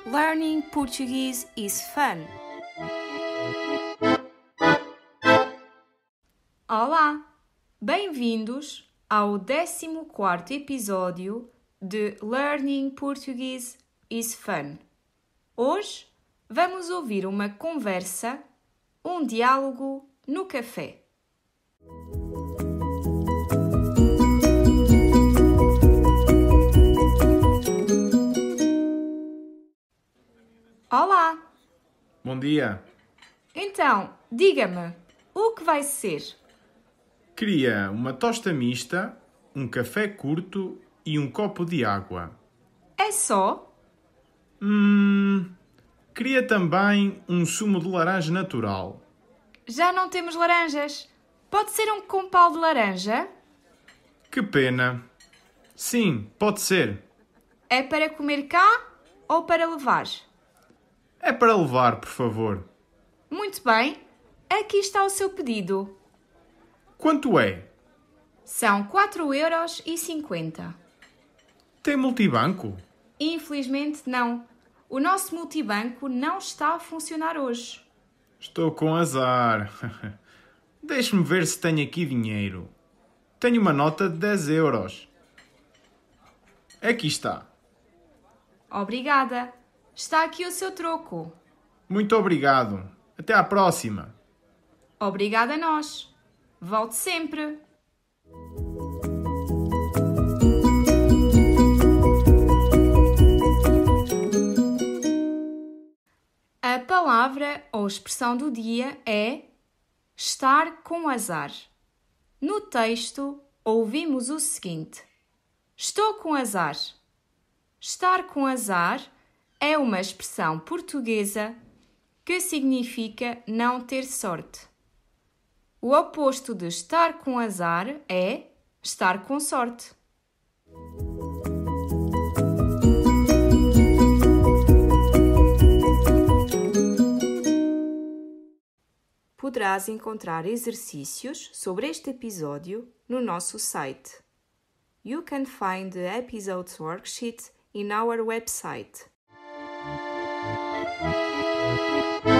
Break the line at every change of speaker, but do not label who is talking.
Learning Portuguese is fun. Olá! Bem-vindos ao 14º episódio de Learning Portuguese is fun. Hoje vamos ouvir uma conversa, um diálogo no café. Olá!
Bom dia.
Então, diga-me, o que vai ser?
Queria uma tosta mista, um café curto e um copo de água.
É só?
Queria também um sumo de laranja natural.
Já não temos laranjas. Pode ser um compal de laranja?
Que pena. Sim, pode ser.
É para comer cá ou para levar?
É para levar, por favor.
Muito bem. Aqui está o seu pedido.
Quanto é?
São 4,50 €.
Tem multibanco?
Infelizmente não. O nosso multibanco não está a funcionar hoje.
Estou com azar. Deixe-me ver se tenho aqui dinheiro. Tenho uma nota de 10 euros. Aqui está.
Obrigada. Está aqui o seu troco.
Muito obrigado. Até à próxima.
Obrigada a nós. Volte sempre. A palavra ou expressão do dia é estar com azar. No texto, ouvimos o seguinte: estou com azar. Estar com azar é uma expressão portuguesa que significa não ter sorte. O oposto de estar com azar é estar com sorte. Poderás encontrar exercícios sobre este episódio no nosso site. You can find the episode's worksheet in our website.